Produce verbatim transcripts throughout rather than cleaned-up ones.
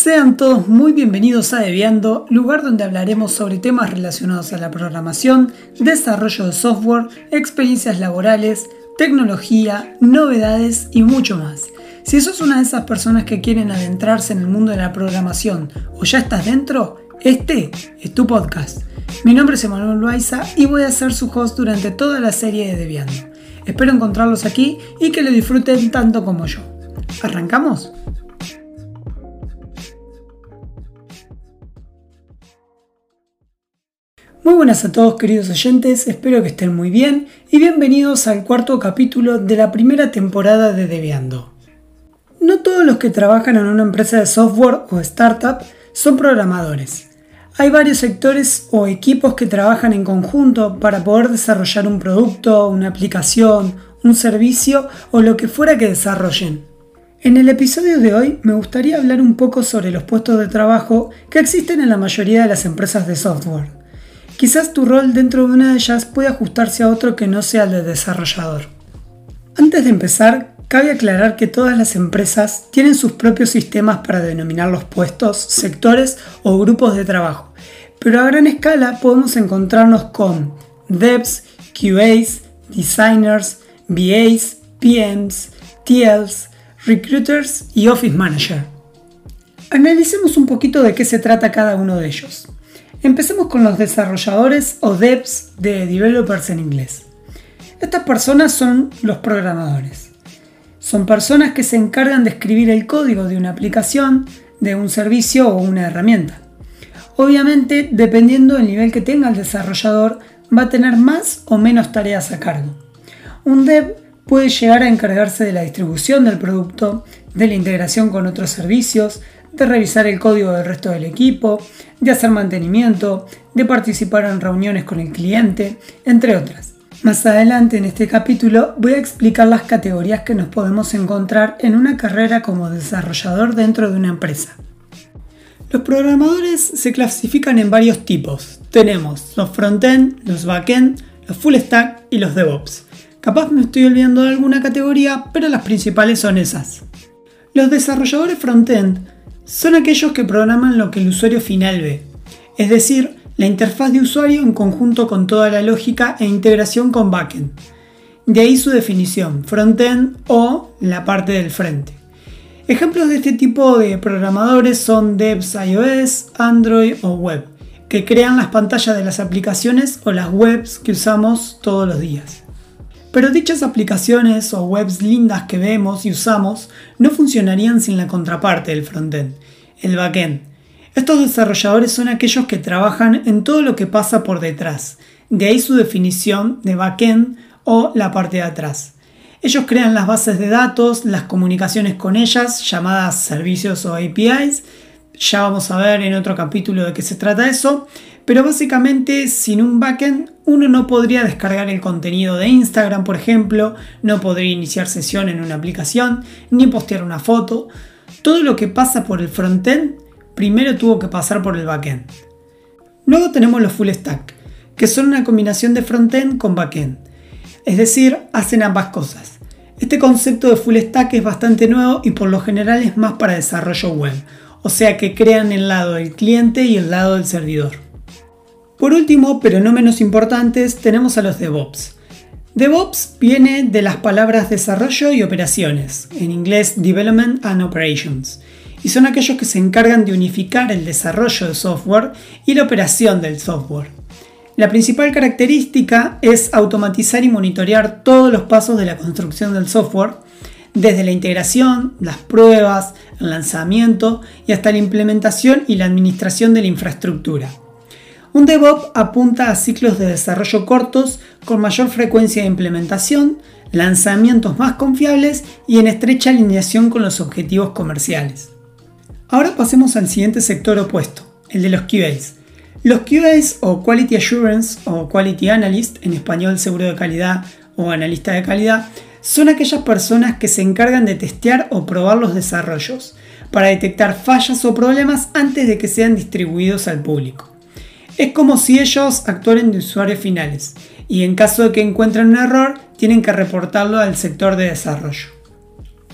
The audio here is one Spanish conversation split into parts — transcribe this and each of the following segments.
Sean todos muy bienvenidos a Deviando, lugar donde hablaremos sobre temas relacionados a la programación, desarrollo de software, experiencias laborales, tecnología, novedades y mucho más. Si sos una de esas personas que quieren adentrarse en el mundo de la programación o ya estás dentro, este es tu podcast. Mi nombre es Emanuel Loaiza y voy a ser su host durante toda la serie de Deviando. Espero encontrarlos aquí y que lo disfruten tanto como yo. ¿Arrancamos? Muy buenas a todos, queridos oyentes, espero que estén muy bien y bienvenidos al cuarto capítulo de la primera temporada de Deviando. No todos los que trabajan en una empresa de software o startup son programadores. Hay varios sectores o equipos que trabajan en conjunto para poder desarrollar un producto, una aplicación, un servicio o lo que fuera que desarrollen. En el episodio de hoy me gustaría hablar un poco sobre los puestos de trabajo que existen en la mayoría de las empresas de software. Quizás tu rol dentro de una de ellas puede ajustarse a otro que no sea el de desarrollador. Antes de empezar, cabe aclarar que todas las empresas tienen sus propios sistemas para denominar los puestos, sectores o grupos de trabajo, pero a gran escala podemos encontrarnos con devs, Q As, designers, B As, P Ms, T Ls, recruiters y office manager. Analicemos un poquito de qué se trata cada uno de ellos. Empecemos con los desarrolladores o devs de developers en inglés. Estas personas son los programadores. Son personas que se encargan de escribir el código de una aplicación, de un servicio o una herramienta. Obviamente, dependiendo del nivel que tenga el desarrollador, va a tener más o menos tareas a cargo. Un dev puede llegar a encargarse de la distribución del producto, de la integración con otros servicios, de revisar el código del resto del equipo, de hacer mantenimiento, de participar en reuniones con el cliente, entre otras. Más adelante en este capítulo voy a explicar las categorías que nos podemos encontrar en una carrera como desarrollador dentro de una empresa. Los programadores se clasifican en varios tipos. Tenemos los frontend, los backend, los full stack y los DevOps. Capaz me estoy olvidando de alguna categoría, pero las principales son esas. Los desarrolladores frontend son aquellos que programan lo que el usuario final ve, es decir, la interfaz de usuario en conjunto con toda la lógica e integración con backend. De ahí su definición, frontend o la parte del frente. Ejemplos de este tipo de programadores son devs iOS, Android o web, que crean las pantallas de las aplicaciones o las webs que usamos todos los días. Pero dichas aplicaciones o webs lindas que vemos y usamos no funcionarían sin la contraparte del frontend, el backend. Estos desarrolladores son aquellos que trabajan en todo lo que pasa por detrás, de ahí su definición de backend o la parte de atrás. Ellos crean las bases de datos, las comunicaciones con ellas, llamadas servicios o A P Is. Ya vamos a ver en otro capítulo de qué se trata eso. Pero básicamente sin un backend uno no podría descargar el contenido de Instagram, por ejemplo, no podría iniciar sesión en una aplicación, ni postear una foto. Todo lo que pasa por el frontend primero tuvo que pasar por el backend. Luego tenemos los full stack, que son una combinación de frontend con backend. Es decir, hacen ambas cosas. Este concepto de full stack es bastante nuevo y por lo general es más para desarrollo web, o sea que crean el lado del cliente y el lado del servidor. Por último, pero no menos importantes, tenemos a los DevOps. DevOps viene de las palabras desarrollo y operaciones, en inglés Development and Operations, y son aquellos que se encargan de unificar el desarrollo de software y la operación del software. La principal característica es automatizar y monitorear todos los pasos de la construcción del software, desde la integración, las pruebas, el lanzamiento y hasta la implementación y la administración de la infraestructura. Un DevOps apunta a ciclos de desarrollo cortos con mayor frecuencia de implementación, lanzamientos más confiables y en estrecha alineación con los objetivos comerciales. Ahora pasemos al siguiente sector opuesto, el de los Q As. Los Q As o Quality Assurance o Quality Analyst, en español seguro de calidad o analista de calidad, son aquellas personas que se encargan de testear o probar los desarrollos para detectar fallas o problemas antes de que sean distribuidos al público. Es como si ellos actuaran de usuarios finales y en caso de que encuentren un error tienen que reportarlo al sector de desarrollo.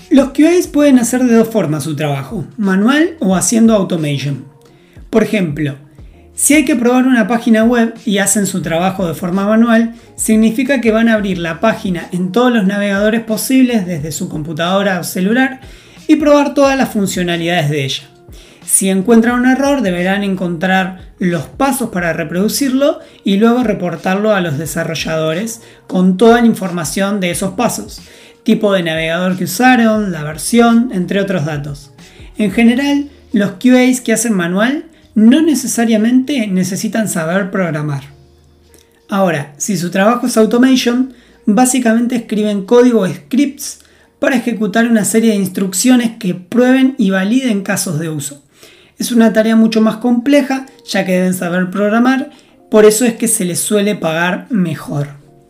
Los Q As pueden hacer de dos formas su trabajo, manual o haciendo automation. Por ejemplo, si hay que probar una página web y hacen su trabajo de forma manual, significa que van a abrir la página en todos los navegadores posibles desde su computadora o celular y probar todas las funcionalidades de ella. Si encuentran un error, deberán encontrar los pasos para reproducirlo y luego reportarlo a los desarrolladores con toda la información de esos pasos, tipo de navegador que usaron, la versión, entre otros datos. En general, los Q As que hacen manual no necesariamente necesitan saber programar. Ahora, si su trabajo es automation, básicamente escriben código o scripts para ejecutar una serie de instrucciones que prueben y validen casos de uso. Es una tarea mucho más compleja, ya que deben saber programar, por eso es que se les suele pagar mejor.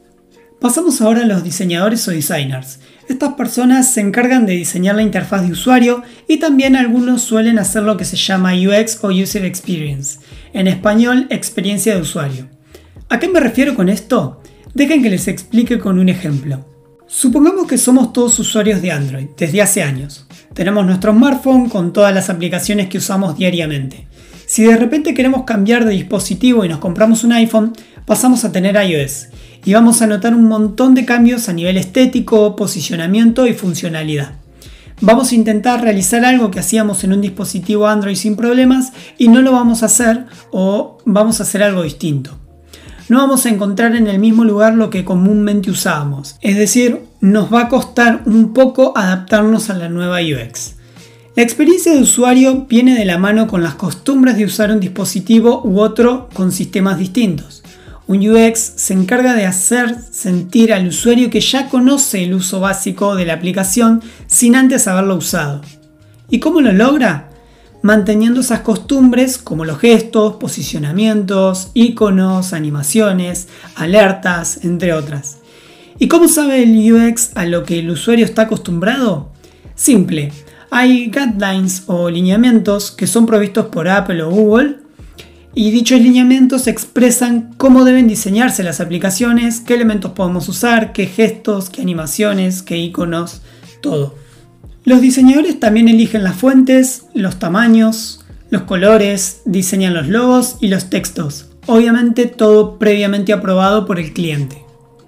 Pasamos ahora a los diseñadores o designers. Estas personas se encargan de diseñar la interfaz de usuario y también algunos suelen hacer lo que se llama U X o User Experience, en español, experiencia de usuario. ¿A qué me refiero con esto? Dejen que les explique con un ejemplo. Supongamos que somos todos usuarios de Android desde hace años. Tenemos nuestro smartphone con todas las aplicaciones que usamos diariamente. Si de repente queremos cambiar de dispositivo y nos compramos un iPhone, pasamos a tener iOS y vamos a notar un montón de cambios a nivel estético, posicionamiento y funcionalidad. Vamos a intentar realizar algo que hacíamos en un dispositivo Android sin problemas y no lo vamos a hacer o vamos a hacer algo distinto. No vamos a encontrar en el mismo lugar lo que comúnmente usábamos, es decir, nos va a costar un poco adaptarnos a la nueva U X. La experiencia de usuario viene de la mano con las costumbres de usar un dispositivo u otro con sistemas distintos. Un U X se encarga de hacer sentir al usuario que ya conoce el uso básico de la aplicación sin antes haberlo usado. ¿Y cómo lo logra? Manteniendo esas costumbres como los gestos, posicionamientos, iconos, animaciones, alertas, entre otras. ¿Y cómo sabe el U X a lo que el usuario está acostumbrado? Simple, hay guidelines o lineamientos que son provistos por Apple o Google y dichos lineamientos expresan cómo deben diseñarse las aplicaciones, qué elementos podemos usar, qué gestos, qué animaciones, qué iconos, todo. Los diseñadores también eligen las fuentes, los tamaños, los colores, diseñan los logos y los textos. Obviamente todo previamente aprobado por el cliente.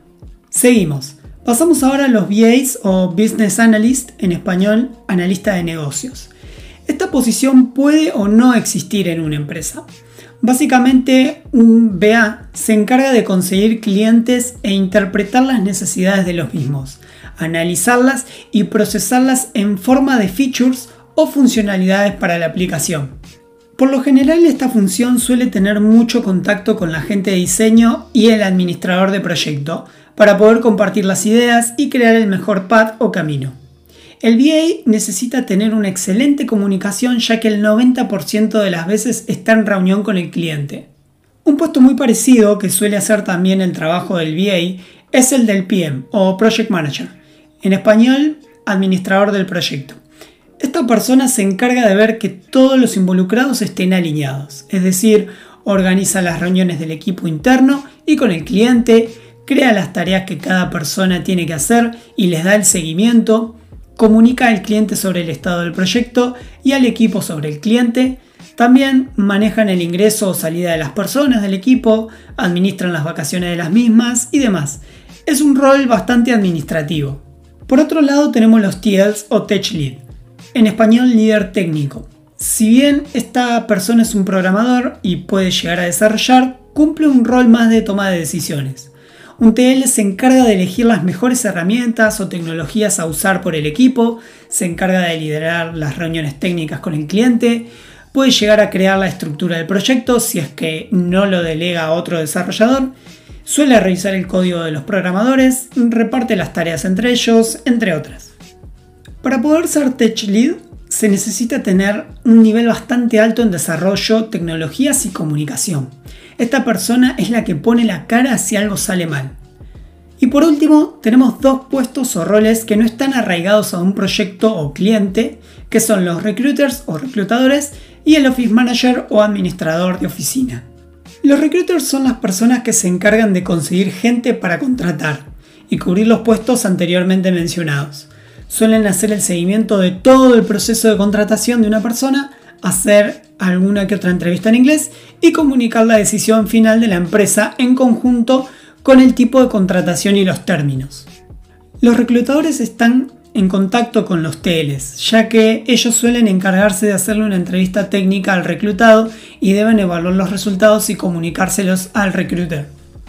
Seguimos. Pasamos ahora a los B As o Business Analyst, en español, analista de negocios. Esta posición puede o no existir en una empresa. Básicamente, un B A se encarga de conseguir clientes e interpretar las necesidades de los mismos, analizarlas y procesarlas en forma de features o funcionalidades para la aplicación. Por lo general, esta función suele tener mucho contacto con la gente de diseño y el administrador de proyecto para poder compartir las ideas y crear el mejor path o camino. El B A necesita tener una excelente comunicación, ya que el noventa por ciento de las veces está en reunión con el cliente. Un puesto muy parecido que suele hacer también el trabajo del B A es el del P M o Project Manager, en español, administrador del proyecto. Esta persona se encarga de ver que todos los involucrados estén alineados, es decir, organiza las reuniones del equipo interno y con el cliente, crea las tareas que cada persona tiene que hacer y les da el seguimiento, comunica al cliente sobre el estado del proyecto y al equipo sobre el cliente. También manejan el ingreso o salida de las personas del equipo, administran las vacaciones de las mismas y demás. Es un rol bastante administrativo. Por otro lado tenemos los T Ls o Tech Lead, en español líder técnico. Si bien esta persona es un programador y puede llegar a desarrollar, cumple un rol más de toma de decisiones. Un T L se encarga de elegir las mejores herramientas o tecnologías a usar por el equipo, se encarga de liderar las reuniones técnicas con el cliente, puede llegar a crear la estructura del proyecto si es que no lo delega a otro desarrollador, suele revisar el código de los programadores, reparte las tareas entre ellos, entre otras. Para poder ser Tech Lead se necesita tener un nivel bastante alto en desarrollo, tecnologías y comunicación. Esta persona es la que pone la cara si algo sale mal. Y por último, tenemos dos puestos o roles que no están arraigados a un proyecto o cliente, que son los recruiters o reclutadores y el office manager o administrador de oficina. Los recruiters son las personas que se encargan de conseguir gente para contratar y cubrir los puestos anteriormente mencionados. suelen hacer el seguimiento de todo el proceso de contratación de una persona, hacer alguna que otra entrevista en inglés y comunicar la decisión final de la empresa en conjunto con el tipo de contratación y los términos. Los reclutadores están en contacto con los T Ls, ya que ellos suelen encargarse de hacerle una entrevista técnica al reclutado y deben evaluar los resultados y comunicárselos al recruiter.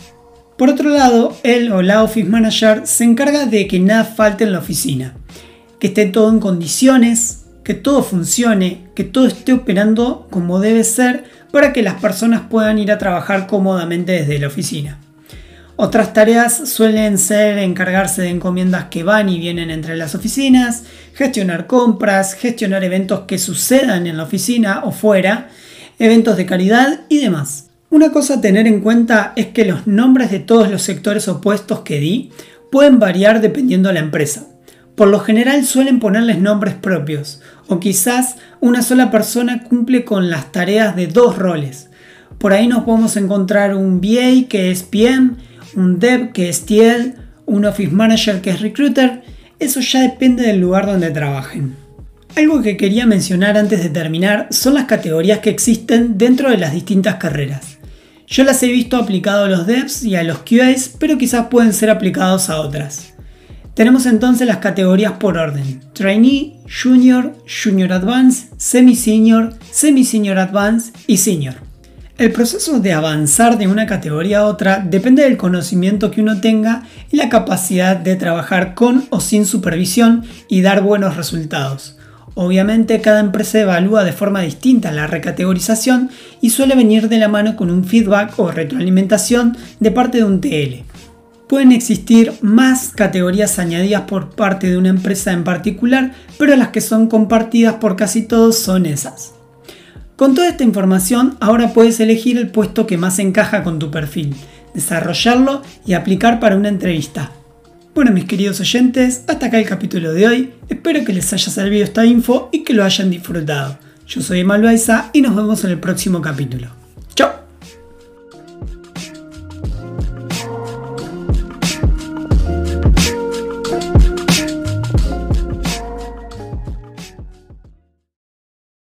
Por otro lado, él o la Office Manager se encarga de que nada falte en la oficina, que esté todo en condiciones, que todo funcione, que todo esté operando como debe ser para que las personas puedan ir a trabajar cómodamente desde la oficina. Otras tareas suelen ser encargarse de encomiendas que van y vienen entre las oficinas, gestionar compras, gestionar eventos que sucedan en la oficina o fuera, eventos de caridad y demás. Una cosa a tener en cuenta es que los nombres de todos los sectores opuestos que di pueden variar dependiendo de la empresa. Por lo general suelen ponerles nombres propios, o quizás una sola persona cumple con las tareas de dos roles. Por ahí nos podemos encontrar un V A que es P M, un Dev que es T L, un Office Manager que es Recruiter. Eso ya depende del lugar donde trabajen. Algo que quería mencionar antes de terminar son las categorías que existen dentro de las distintas carreras. Yo las he visto aplicado a los Devs y a los Q As, pero quizás pueden ser aplicados a otras. Tenemos entonces las categorías por orden: Trainee, Junior, Junior Advanced, Semi-Senior, Semi-Senior Advanced y Senior. El proceso de avanzar de una categoría a otra depende del conocimiento que uno tenga y la capacidad de trabajar con o sin supervisión y dar buenos resultados. Obviamente cada empresa evalúa de forma distinta la recategorización y suele venir de la mano con un feedback o retroalimentación de parte de un T L. Pueden existir más categorías añadidas por parte de una empresa en particular, pero las que son compartidas por casi todos son esas. Con toda esta información, ahora puedes elegir el puesto que más encaja con tu perfil, desarrollarlo y aplicar para una entrevista. Bueno, mis queridos oyentes, hasta acá el capítulo de hoy. Espero que les haya servido esta info y que lo hayan disfrutado. Yo soy Emma Loaiza y nos vemos en el próximo capítulo.